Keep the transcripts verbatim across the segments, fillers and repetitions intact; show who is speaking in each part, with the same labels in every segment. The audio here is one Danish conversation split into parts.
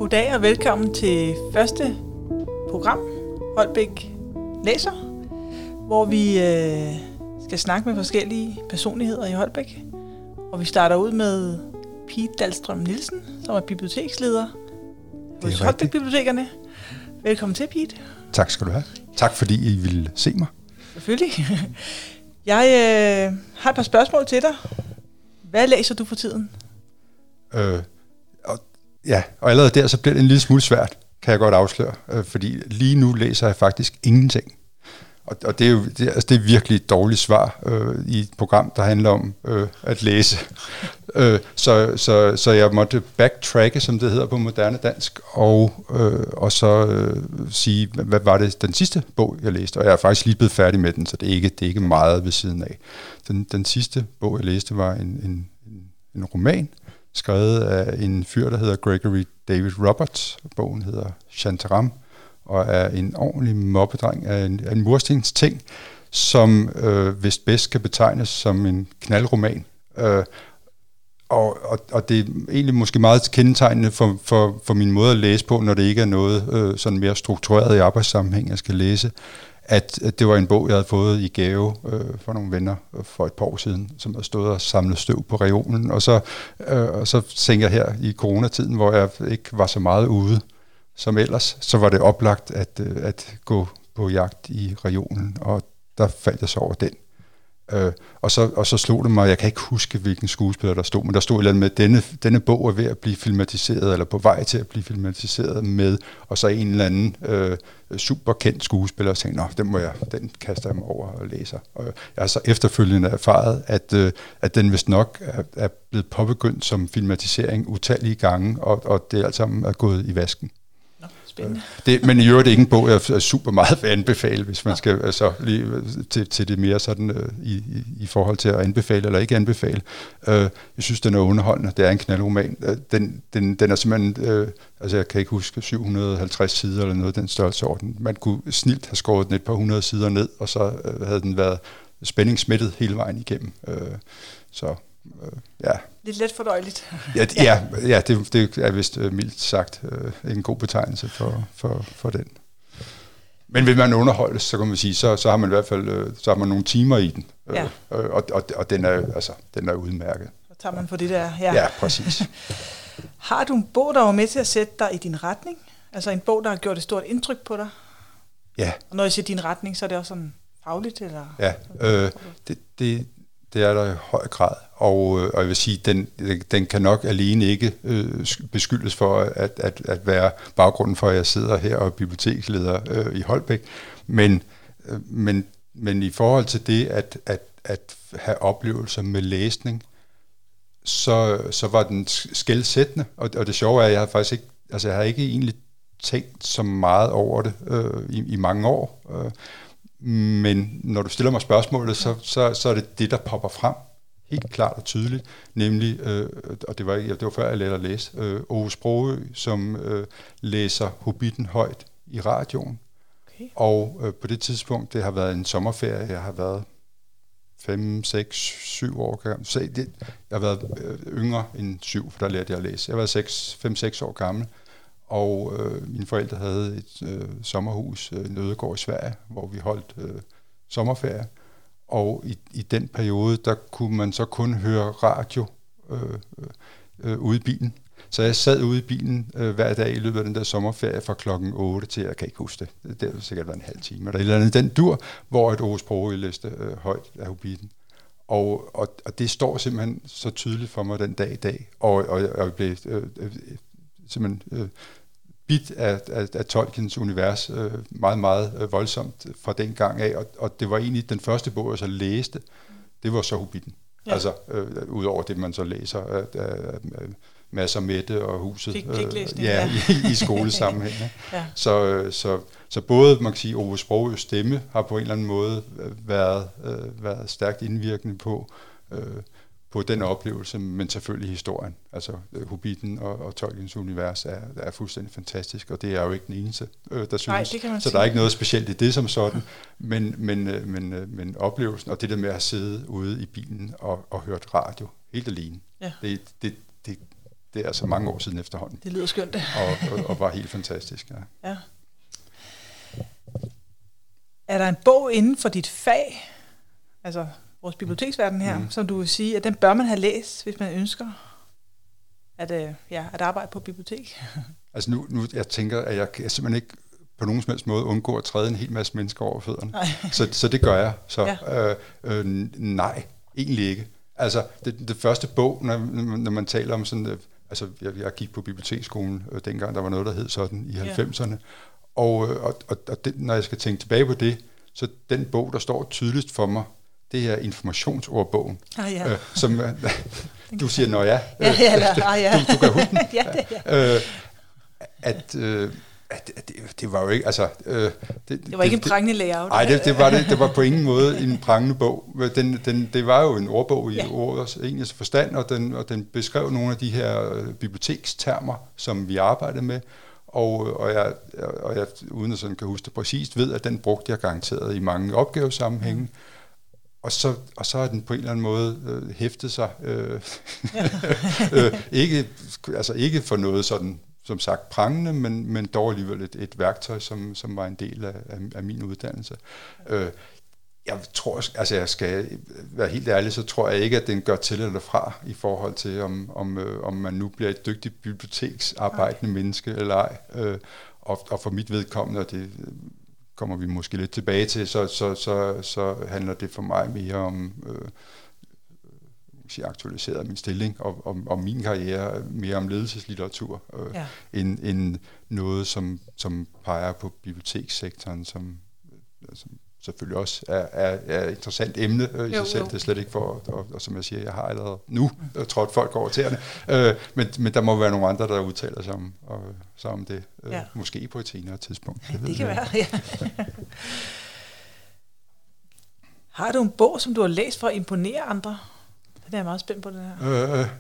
Speaker 1: Goddag og velkommen til første program, Holbæk Læser, hvor vi øh, skal snakke med forskellige personligheder i Holbæk. Og vi starter ud med Piet Dahlstrøm Nielsen, som er biblioteksleder hos Holbæk Bibliotekerne. Velkommen til, Piet.
Speaker 2: Tak skal du have. Tak fordi I ville se mig.
Speaker 1: Selvfølgelig. Jeg øh, har et par spørgsmål til dig. Hvad læser du for tiden?
Speaker 2: Øh, og, ja, og allerede der, så bliver det en lille smule svært, kan jeg godt afsløre. Øh, fordi lige nu læser jeg faktisk ingenting. Og, og det er jo det, altså det er virkelig et dårligt svar øh, i et program, der handler om øh, at læse. øh, så, så, så jeg måtte backtracke, som det hedder på moderne dansk, og, øh, og så øh, sige, hvad var det den sidste bog, jeg læste? Og jeg er faktisk lige blevet færdig med den, så det er ikke, det er ikke meget ved siden af. Den, den sidste bog, jeg læste, var en, en, en roman, skrevet af en fyr, der hedder Gregory David Roberts. Bogen hedder Shantaram, og er en ordentlig mobbedreng af en, af en murstens ting, som øh, vist bedst kan betegnes som en knaldroman. Øh, og, og, og det er egentlig måske meget kendetegnende for, for, for min måde at læse på, når det ikke er noget øh, sådan mere struktureret i arbejdssammenhæng, jeg skal læse, at, at det var en bog, jeg havde fået i gave øh, for nogle venner for et par år siden, som havde stået og samlet støv på reolen. Og så, øh, og så tænker jeg her i coronatiden, hvor jeg ikke var så meget ude som ellers, så var det oplagt at, at gå på jagt i reolen, og der faldt jeg så over den. Øh, og, så, og så slog det mig, jeg kan ikke huske, hvilken skuespiller der stod, men der stod et eller andet med, at denne, denne bog er ved at blive filmatiseret, eller på vej til at blive filmatiseret med, og så en eller anden øh, super kendt skuespiller, og tænkte, nå, den, må jeg, den kaster jeg mig over og læser. Og jeg har så efterfølgende erfaret, at, øh, at den vist nok er, er blevet påbegyndt som filmatisering utallige gange, og, og det er alt sammen er gået i vasken. Det, men i øvrigt det er ikke en bog, jeg er super meget vil anbefale, hvis man skal altså, lige til, til det mere sådan uh, i, i, i forhold til at anbefale eller ikke anbefale. Uh, jeg synes, den er underholdende. Det er en knaldroman. Uh, den, den, den er simpelthen, uh, altså jeg kan ikke huske, syv hundrede og halvtreds sider eller noget den størrelsesorden. Man kunne snilt have skåret den et par hundrede sider ned, og så uh, havde den været spændingsmættet hele vejen igennem. Uh, så uh, ja.
Speaker 1: Lidt let fordøjeligt.
Speaker 2: Ja, ja, ja det, det er vist uh, mildt sagt uh, en god betegnelse for, for, for den. Men vil man underholdes, så kan man sige, så, så har man i hvert fald uh, så har man nogle timer i den. Ja. Uh, og, og, og den er altså den er udmærket.
Speaker 1: Så tager man for det der. Ja,
Speaker 2: ja præcis.
Speaker 1: Har du en bog, der var med til at sætte dig i din retning? Altså en bog, der har gjort et stort indtryk på dig?
Speaker 2: Ja.
Speaker 1: Og når jeg siger din retning, så er det også sådan fagligt? Eller
Speaker 2: ja, øh, det, det, det er der i høj grad. Og, og jeg vil sige, den, den kan nok alene ikke øh, beskyldes for at, at, at være baggrunden for, at jeg sidder her og er biblioteksleder øh, i Holbæk. Men, øh, men, men i forhold til det at, at, at have oplevelser med læsning, så, så var den skelsættende. Og, og det sjove er, at jeg har faktisk ikke, altså jeg har ikke egentlig tænkt så meget over det øh, i, i mange år. Øh, men når du stiller mig spørgsmålet, så, så, så er det det, der popper frem. Helt klart og tydeligt, nemlig, øh, og det var, det var før jeg lærte at læse, øh, Ove Sprogøe, som øh, læser Hobbiten højt i radioen. Okay. Og øh, på det tidspunkt, det har været en sommerferie, jeg har været fem, seks, syv år gammel. Så det, jeg har været øh, yngre end syv, for der lærte jeg at læse. Jeg var seks, fem, seks år gammel, og øh, mine forældre havde et øh, sommerhus, øh, en ødegård i Sverige, hvor vi holdt øh, sommerferie. Og i, i den periode, der kunne man så kun høre radio øh, øh, ude i bilen. Så jeg sad ude i bilen øh, hver dag i løbet af den der sommerferie fra klokken otte til, jeg kan ikke huske det, det har sikkert været en halv time, eller et eller andet den dur, hvor et Ove Sprogøe læste øh, højt af Hobbiten. Og, og, og det står simpelthen så tydeligt for mig den dag i dag, og, og, og jeg blev øh, øh, simpelthen... Øh, bit af, af, af Tolkiens univers, øh, meget, meget øh, voldsomt fra den gang af, og, og det var egentlig den første bog, jeg så læste, det var så Hobbiten. Ja. Altså, øh, udover det, man så læser af, af, af Masser Mette og Huset
Speaker 1: Fik,
Speaker 2: øh,
Speaker 1: fik
Speaker 2: ja,
Speaker 1: ja.
Speaker 2: i, i skolesammenhæng.
Speaker 1: Ja.
Speaker 2: Så, så, så både, man kan sige, Ove Sprogøes stemme har på en eller anden måde været, øh, været stærkt indvirkende på, øh, på den oplevelse, men selvfølgelig historien. Altså Hobbiten og, og Tolkiens univers er, er fuldstændig fantastisk, og det er jo ikke den eneste, øh, der synes.
Speaker 1: Nej, det kan man
Speaker 2: så
Speaker 1: sige.
Speaker 2: Der er ikke noget specielt i det som sådan, men, men, men, men oplevelsen, og det der med at sidde ude i bilen og, og hørt radio, helt alene, ja. det, det, det, det er altså mange år siden efterhånden.
Speaker 1: Det lyder skønt.
Speaker 2: og, og, og var helt fantastisk, ja.
Speaker 1: Ja. Er der en bog inden for dit fag, altså vores biblioteksverden her, mm. som du vil sige, at den bør man have læst, hvis man ønsker at, øh, ja, at arbejde på bibliotek?
Speaker 2: Altså nu, nu, jeg tænker, at jeg, jeg simpelthen ikke på nogen som helst måde undgå at træde en hel masse mennesker over fødderne. Så, så det gør jeg. Så ja. øh, øh, nej, egentlig ikke. Altså det, det første bog, når, når man taler om sådan, øh, altså jeg, jeg gik på biblioteksskolen øh, dengang, der var noget, der hed sådan i halvfemserne, og, øh, og, og, og det, når jeg skal tænke tilbage på det, så den bog, der står tydeligst for mig, det er informationsordbogen. Ah, ja. øh, som øh, du siger, nå ja,
Speaker 1: ja, ja, eller, ah, ja.
Speaker 2: du, du kan huske den.
Speaker 1: ja, det, ja.
Speaker 2: Øh, at øh, Det, det var jo ikke, altså... Øh, det,
Speaker 1: det var ikke det, en prangende layout.
Speaker 2: Nej, det, det, var det, det var på ingen måde en prangende bog. Den, den, det var jo en ordbog i ja. ordets egentlige forstand, og den, og den beskrev nogle af de her bibliotekstermer, som vi arbejdede med, og, og, jeg, og jeg, uden at sådan kan huske det præcist, ved, at den brugte jeg garanteret i mange opgavesammenhænge. Mm. Og så, og så har den på en eller anden måde øh, hæftet sig. Øh, ja. øh, ikke, altså ikke for noget sådan... som sagt prangende, men, men dog alligevel et, et værktøj, som, som var en del af, af, af min uddannelse. Øh, jeg tror, altså jeg skal være helt ærlig, så tror jeg ikke, at den gør til eller fra i forhold til, om, om, øh, om man nu bliver et dygtigt biblioteksarbejdende okay. menneske eller ej. Øh, og, og for mit vedkommende, og det kommer vi måske lidt tilbage til, så, så, så, så handler det for mig mere om... Øh, aktualiseret min stilling og, og, og min karriere mere om ledelseslitteratur øh, ja. end, end noget, som, som peger på bibliotekssektoren, som, som selvfølgelig også er, er, er et interessant emne øh, i jo, sig selv. Jo. Det er slet ikke for, og, og, og som jeg siger, jeg har allerede nu mm. trådt folk over tæerne, øh, men, men der må være nogle andre, der udtaler sig om, og, sig om det, øh, ja. måske på et senere tidspunkt.
Speaker 1: Det, det kan være, ja. Har du en bog, som du har læst for at imponere andre? Det er jeg meget spændt på, det her. Øh, øh,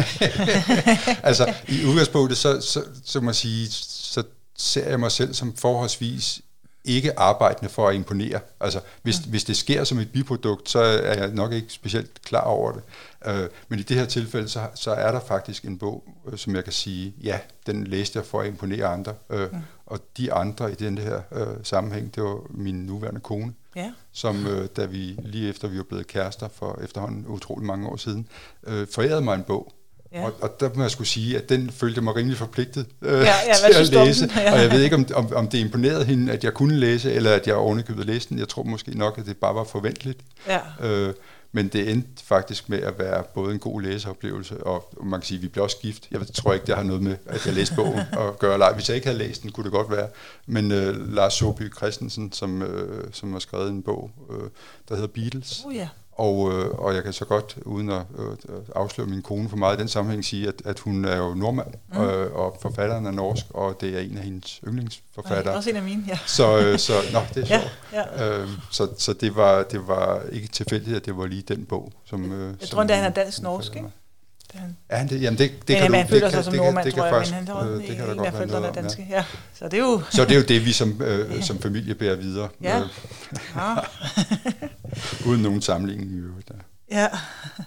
Speaker 2: øh. altså, i udgangspunktet, så, så, så må jeg sige, så ser jeg mig selv som forholdsvis ikke arbejdende for at imponere. Altså, hvis, mm. hvis det sker som et biprodukt, så er jeg nok ikke specielt klar over det. Øh, men i det her tilfælde, så, så er der faktisk en bog, øh, som jeg kan sige, ja, den læste jeg for at imponere andre. Øh, mm. Og de andre i den her øh, sammenhæng, det var min nuværende kone. Ja. Som øh, da vi lige efter vi var blevet kærester for efterhånden utrolig mange år siden, øh, forærede mig en bog. Ja. Og, og der må jeg skulle sige, at den følte mig rimelig forpligtet øh, ja, ja, til at læse. Ja. Og jeg ved ikke, om, om, om det imponerede hende, at jeg kunne læse, eller at jeg ovenikøbet læste den. Jeg tror måske nok, at det bare var forventeligt. Ja. Øh, men det endte faktisk med at være både en god læseoplevelse, og man kan sige, at vi blev også gift. Jeg tror ikke, det har noget med, at jeg læste bogen og gøre leg. Hvis jeg ikke havde læst den, kunne det godt være. Men øh, Lars Saabye Christensen, som, øh, som har skrevet en bog, øh, der hedder Beatles. Oh, yeah. Og, øh, og jeg kan så godt, uden at øh, afsløre min kone for meget i den sammenhæng, sige, at, at hun er jo nordmand, mm. øh, og forfatteren er norsk, og det er en af hendes yndlingsforfattere.
Speaker 1: Nej, også en af mine, ja.
Speaker 2: Så, øh, så nå, det er sjovt.
Speaker 1: Ja, ja.
Speaker 2: Øh, så så det, var, det var ikke tilfældigt, at det var lige den bog, som... Øh,
Speaker 1: jeg tror, at han er dansk-norsk, ikke?
Speaker 2: Han. Ja, han, det, jamen det, det
Speaker 1: men,
Speaker 2: kan
Speaker 1: man
Speaker 2: du...
Speaker 1: føler
Speaker 2: det
Speaker 1: sig
Speaker 2: kan,
Speaker 1: som nordmand, tror jeg,
Speaker 2: faktisk,
Speaker 1: men han
Speaker 2: øh, det kan
Speaker 1: en af forældrene er danske. Ja. Ja. Så, det er
Speaker 2: jo så det er jo det, vi som, øh, som familie bærer videre.
Speaker 1: Ja. Øh, ja.
Speaker 2: Uden nogen sammenligning i øvrigt. Ja.
Speaker 1: Ja.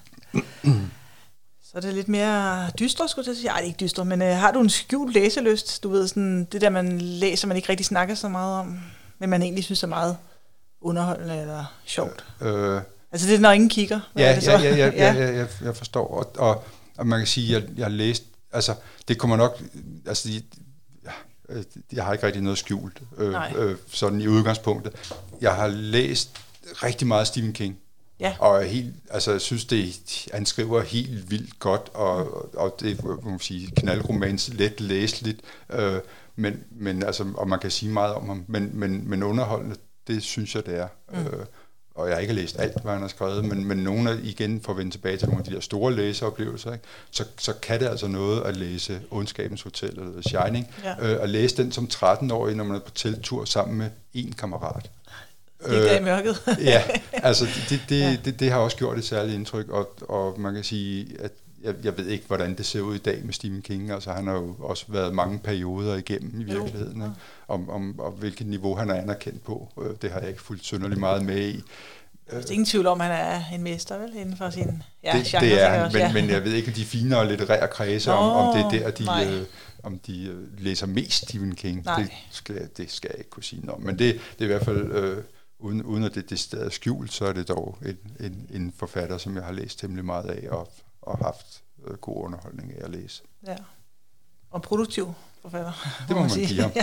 Speaker 1: Så er det lidt mere dystre, skulle jeg sige. Ej, det er ikke dystre, men øh, har du en skjult læselyst? Du ved, sådan, det der, man læser, man ikke rigtig snakker så meget om, men man egentlig synes er meget underholdende eller sjovt. Øh, altså det er, når ingen kigger.
Speaker 2: Ja, er det så? ja, ja, ja, ja, ja, jeg, jeg forstår. Og, og, og man kan sige, at jeg, jeg har læst, altså det kommer nok, altså jeg, jeg har ikke rigtig noget skjult, øh, øh, sådan i udgangspunktet. Jeg har læst rigtig meget Stephen King. Ja. Og helt, altså, jeg synes, det, han skriver helt vildt godt, og, og det må man sige, knaldromans, let læseligt, øh, men, men, altså, og man kan sige meget om ham, men, men, men underholdende, det synes jeg, det er. Mm. Øh, og jeg har ikke læst alt, hvad han har skrevet, men, men nogle af, igen, for at vende tilbage til nogle af de der store læseoplevelser, ikke? Så, så kan det altså noget at læse Ondskabens Hotel eller Shining, ja. øh, og læse den som tretten-årig, når man er på teltur sammen med en kammerat.
Speaker 1: Det er i mørket.
Speaker 2: Ja, altså det, det, ja. det, det har også gjort et særligt indtryk, og, og man kan sige, at jeg, jeg ved ikke, hvordan det ser ud i dag med Stephen King. Altså han har jo også været mange perioder igennem i virkeligheden, ikke? Om, om, om hvilket niveau han er anerkendt på. Det har jeg ikke fulgt synderligt meget med i.
Speaker 1: Der er ingen tvivl om, at han er en mester, vel, inden for sin ja,
Speaker 2: det,
Speaker 1: genre.
Speaker 2: Det er han,
Speaker 1: også,
Speaker 2: men,
Speaker 1: ja.
Speaker 2: men jeg ved ikke, de finere litterære kredse, om, om det er der, de, øh, om de øh, læser mest Stephen King. Det skal, det skal jeg ikke kunne sige noget om. Men det, det er i hvert fald, øh, uden, uden at det, det stadig er skjult, så er det dog en, en, en forfatter, som jeg har læst temmelig meget af, og, og haft øh, god underholdning af at læse.
Speaker 1: Ja. Og produktiv forfatter.
Speaker 2: Det må man sige ham.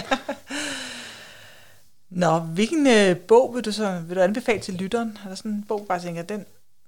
Speaker 1: Nå, hvilken øh, bog vil du så vil du anbefale til lytteren? Er der sådan en bog, bare tænker, den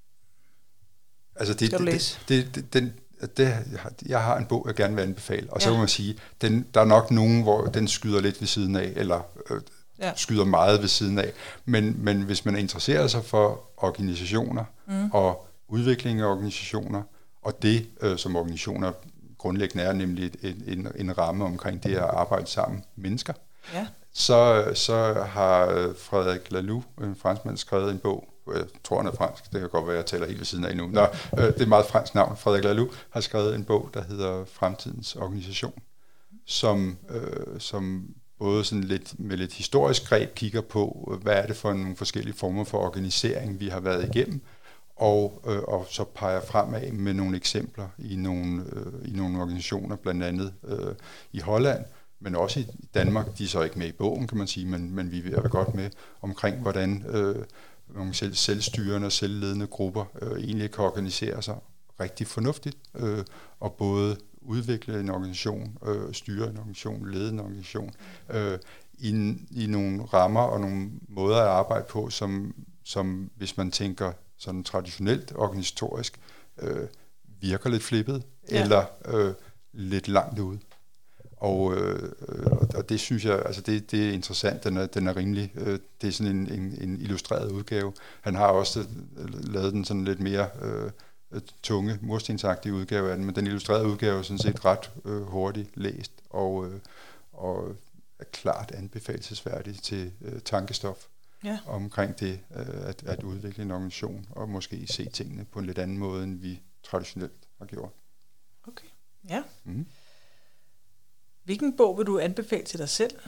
Speaker 2: altså det,
Speaker 1: skal du
Speaker 2: det,
Speaker 1: læse? Det,
Speaker 2: det, den, det, jeg, har, jeg har en bog, jeg gerne vil anbefale, og så ja. må man sige, den, der er nok nogen, hvor den skyder lidt ved siden af, eller øh, ja. skyder meget ved siden af, men, men hvis man interesserer sig for organisationer mm. og udvikling af organisationer, og det, øh, som organisationer grundlæggende er, nemlig en, en, en ramme omkring det at arbejde sammen mennesker, ja. Så, så har Frédéric Laloux, en franskmand, skrevet en bog. Jeg tror, han er fransk. Det kan godt være, at jeg taler helt ved siden af nu. Nå, det er et meget fransk navn. Frédéric Laloux har skrevet en bog, der hedder Fremtidens Organisation, som, øh, som både sådan lidt, med lidt historisk greb kigger på, hvad er det for nogle forskellige former for organisering, vi har været igennem, og, øh, og så peger fremad med nogle eksempler i nogle, øh, i nogle organisationer, blandt andet øh, i Holland, men også i Danmark. De er så ikke med i bogen, kan man sige, men, men vi er godt med omkring, hvordan øh, nogle selv, selvstyrende og selvledende grupper øh, egentlig kan organisere sig rigtig fornuftigt, øh, og både udvikle en organisation, øh, styre en organisation, lede en organisation, øh, i, i nogle rammer og nogle måder at arbejde på, som, som hvis man tænker sådan traditionelt organisatorisk, øh, virker lidt flippet, ja. eller øh, lidt langt ude. Og, øh, og det synes jeg, altså det, det er interessant, den er, den er rimelig, øh, det er sådan en, en, en illustreret udgave. Han har også lavet den sådan lidt mere øh, tunge, murstensagtige udgave af den, men den illustrerede udgave er sådan set ret øh, hurtigt læst, og, øh, og er klart anbefalelsesværdig til øh, tankestof ja. omkring det, øh, at, at udvikle en organisation, og måske se tingene på en lidt anden måde, end vi traditionelt har gjort.
Speaker 1: Okay, ja.
Speaker 2: Mm.
Speaker 1: Hvilken bog vil du anbefale til dig selv?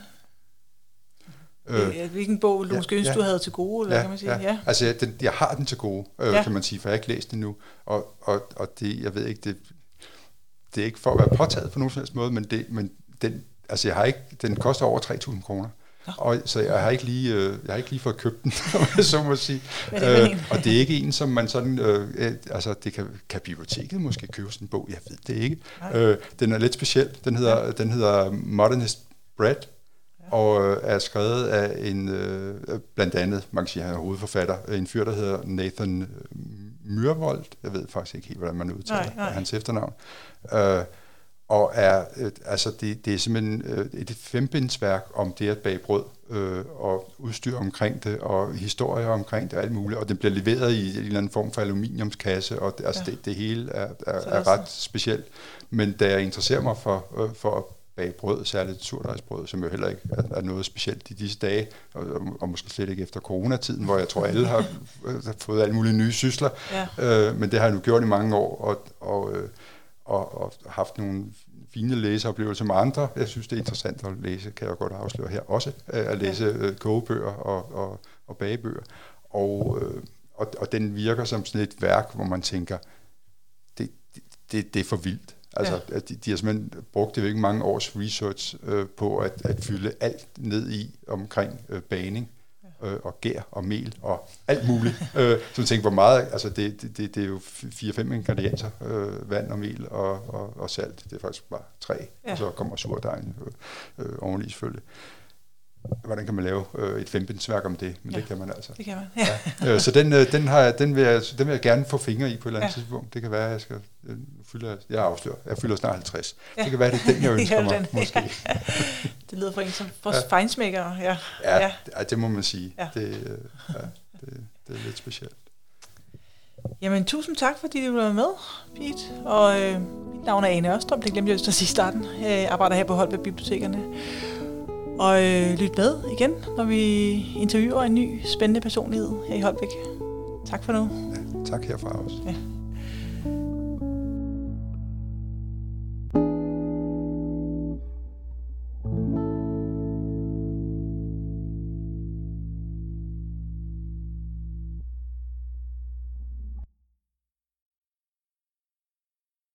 Speaker 1: Øh, Hvilken bog vil du ja, måske ønske, ja, du havde til gode? Eller
Speaker 2: ja,
Speaker 1: kan man sige?
Speaker 2: Ja.
Speaker 1: Ja.
Speaker 2: Altså, jeg, den, jeg har den til gode, øh, ja. kan man sige, for jeg har ikke læst den nu. Og, og, og det, jeg ved ikke, det, det er ikke for at være påtaget på nogen som helst måde, men, det, men den, altså, jeg har ikke, den koster over tre tusind kroner. Og så jeg har ikke lige, øh, jeg har ikke lige fået købt den, så må jeg sige. Øh, og det er ikke en, som man sådan, øh, altså det kan, kan biblioteket måske købe sådan en bog, jeg ved det ikke. Øh, den er lidt speciel. Den hedder, ja. den hedder Modernist Bread, ja. og øh, er skrevet af en, øh, blandt andet, man kan sige, han er hovedforfatter, en fyr, der hedder Nathan Myhrvold. Jeg ved faktisk ikke helt, hvordan man udtaler nej, nej. hans efternavn. Øh, Og er, øh, altså det, det er simpelthen øh, et fembindsværk om det at bage brød, øh, og udstyr omkring det, og historier omkring det, og alt muligt. Og det bliver leveret i en eller anden form for aluminiumskasse, og det, altså ja. det, det hele er, er, er ret specielt. Men da jeg interesserer mig for, øh, for at bage brød, særligt surdejsbrød, som jo heller ikke er, er noget specielt i disse dage, og, og måske slet ikke efter coronatiden, hvor jeg tror, alle har, har fået alle mulige nye sysler. Ja. Øh, men det har jeg nu gjort i mange år, og, og øh, Og, og haft nogle fine læseoplevelser med andre. Jeg synes, det er interessant at læse, kan jeg godt afsløre her også, at læse ja. kogebøger og, og, og bagebøger. Og, og, og den virker som sådan et værk, hvor man tænker, det, det, det er for vildt. Altså, ja. de, de har simpelthen brugt det ikke mange års research øh, på at, at fylde alt ned i omkring øh, bagning. Øh, og gær og mel og alt muligt. øh, så jeg tænker, hvor meget, altså det, det, det er jo fire-fem ingredienser, øh, vand og mel og, og, og salt. Det er faktisk bare tre, ja. og så kommer surdejen øh, øh, oveni selvfølgelig. Hvordan kan man lave øh, et fembindsværk om det? Men ja, det kan man altså.
Speaker 1: Det kan man, ja.
Speaker 2: ja. Øh, så den, øh, den, har jeg, den, vil jeg, den vil jeg gerne få fingre i på et eller andet ja. tidspunkt. Det kan være, at jeg skal øh, fylde, jeg afslører, jeg fylder snart halvtreds. Ja. Det kan være, at det er den, jeg ønsker mig, måske. Ja.
Speaker 1: Det lyder for en som for ja. fejnsmækker. Ja.
Speaker 2: Ja, ja. Det, det må man sige. Ja. Det, øh, ja, det, det er lidt specielt.
Speaker 1: Jamen, tusind tak, fordi du var med, Pete. Og øh, mit navn er Ane Ørstrup, det glemte jeg at sige i starten. Jeg arbejder her på Holbæk Bibliotekerne. Og øh, lyt med igen, når vi interviewer en ny spændende personlighed her i Holbæk. Tak for nu.
Speaker 2: Ja, tak herfra også. Ja.